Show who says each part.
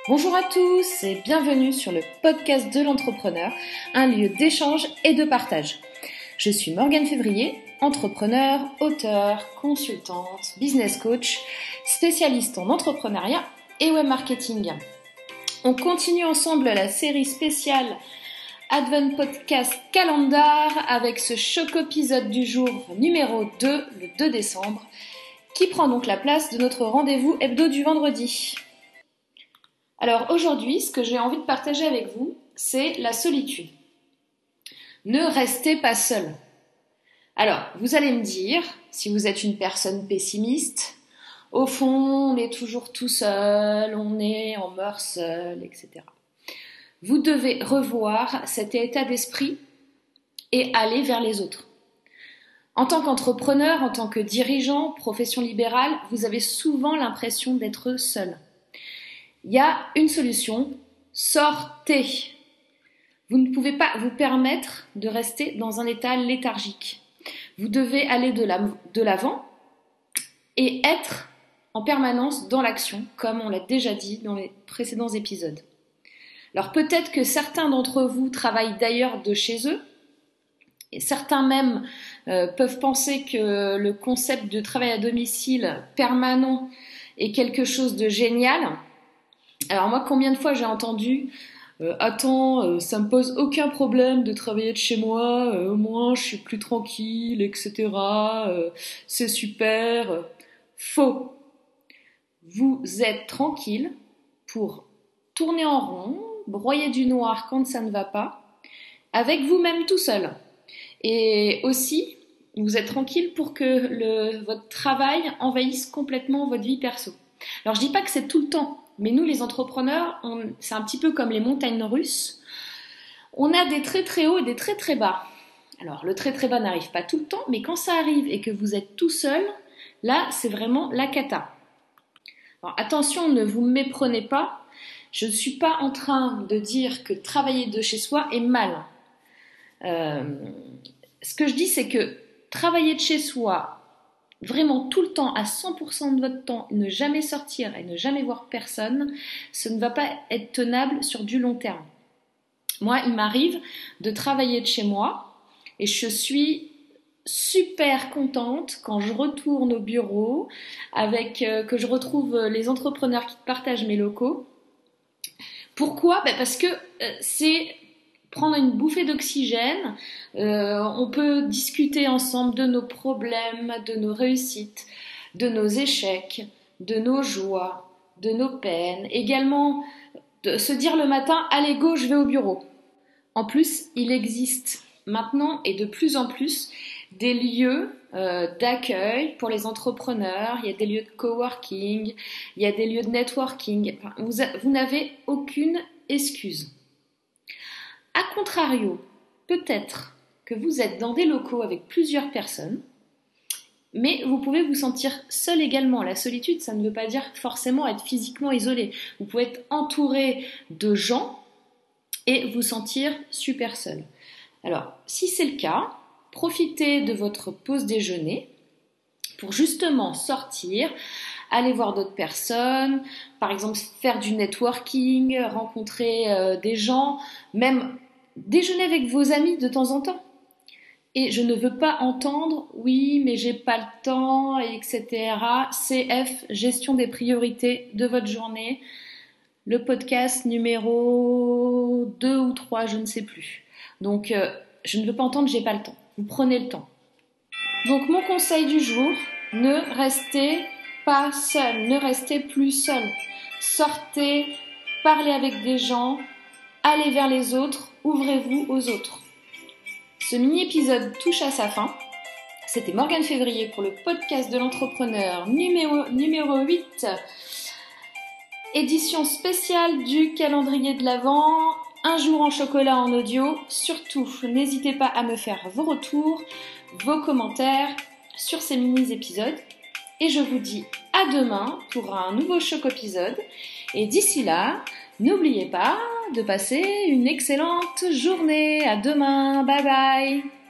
Speaker 1: Bonjour à tous et bienvenue sur le podcast de l'entrepreneur, un lieu d'échange et de partage. Je suis Morgane Février, entrepreneur, auteure, consultante, business coach, spécialiste en entrepreneuriat et web marketing. On continue ensemble la série spéciale Advent Podcast Calendar avec ce choc épisode du jour numéro 2, le 2 décembre, qui prend donc la place de notre rendez-vous hebdo du vendredi. Alors aujourd'hui, ce que j'ai envie de partager avec vous, c'est la solitude. Ne restez pas seul. Alors, vous allez me dire, si vous êtes une personne pessimiste, au fond, on est toujours tout seul, on meurt seul, etc. Vous devez revoir cet état d'esprit et aller vers les autres. En tant qu'entrepreneur, en tant que dirigeant, profession libérale, vous avez souvent l'impression d'être seul. Il y a une solution, sortez. Vous ne pouvez pas vous permettre de rester dans un état léthargique. Vous devez aller de l'avant et être en permanence dans l'action, comme on l'a déjà dit dans les précédents épisodes. Alors peut-être que certains d'entre vous travaillent d'ailleurs de chez eux, et certains même peuvent penser que le concept de travail à domicile permanent est quelque chose de génial. Alors moi, combien de fois j'ai entendu ça me pose aucun problème de travailler de chez moi, au moins je suis plus tranquille, etc. C'est super. Faux. Vous êtes tranquille pour tourner en rond, broyer du noir quand ça ne va pas, avec vous-même tout seul. Et aussi, vous êtes tranquille pour que votre travail envahisse complètement votre vie perso. Alors je dis pas que c'est tout le temps. Mais nous, les entrepreneurs, c'est un petit peu comme les montagnes russes. On a des très très hauts et des très très bas. Alors, le très très bas n'arrive pas tout le temps, mais quand ça arrive et que vous êtes tout seul, là, c'est vraiment la cata. Alors, attention, ne vous méprenez pas. Je ne suis pas en train de dire que travailler de chez soi est mal. Ce que je dis, c'est que travailler de chez soi, vraiment tout le temps, à 100% de votre temps, ne jamais sortir et ne jamais voir personne, ce ne va pas être tenable sur du long terme. Moi, il m'arrive de travailler de chez moi et je suis super contente quand je retourne au bureau, que je retrouve les entrepreneurs qui partagent mes locaux. Pourquoi ? Parce que c'est prendre une bouffée d'oxygène, on peut discuter ensemble de nos problèmes, de nos réussites, de nos échecs, de nos joies, de nos peines. Également, de se dire le matin, allez go, je vais au bureau. En plus, il existe maintenant et de plus en plus des lieux d'accueil pour les entrepreneurs, il y a des lieux de coworking, il y a des lieux de networking. Enfin, vous n'avez aucune excuse. A contrario, peut-être que vous êtes dans des locaux avec plusieurs personnes, mais vous pouvez vous sentir seul également. La solitude, ça ne veut pas dire forcément être physiquement isolé. Vous pouvez être entouré de gens et vous sentir super seul. Alors, si c'est le cas, profitez de votre pause déjeuner pour justement sortir, aller voir d'autres personnes, par exemple faire du networking, rencontrer des gens, même déjeuner avec vos amis de temps en temps. Et je ne veux pas entendre « oui, mais j'ai pas le temps », etc. CF, gestion des priorités de votre journée. Le podcast numéro 2 ou 3, je ne sais plus. Donc, je ne veux pas entendre « j'ai pas le temps ». Vous prenez le temps. Donc, mon conseil du jour, ne restez pas seul, ne restez plus seul. Sortez, parlez avec des gens, allez vers les autres, ouvrez-vous aux autres. Ce mini-épisode touche à sa fin. C'était Morgane Février pour le podcast de l'entrepreneur numéro 8. Édition spéciale du calendrier de l'Avent. Un jour en chocolat en audio. Surtout, n'hésitez pas à me faire vos retours, vos commentaires sur ces mini-épisodes. Et je vous dis à demain pour un nouveau choc-épisode. Et d'ici là, n'oubliez pas de passer une excellente journée. À demain. Bye bye.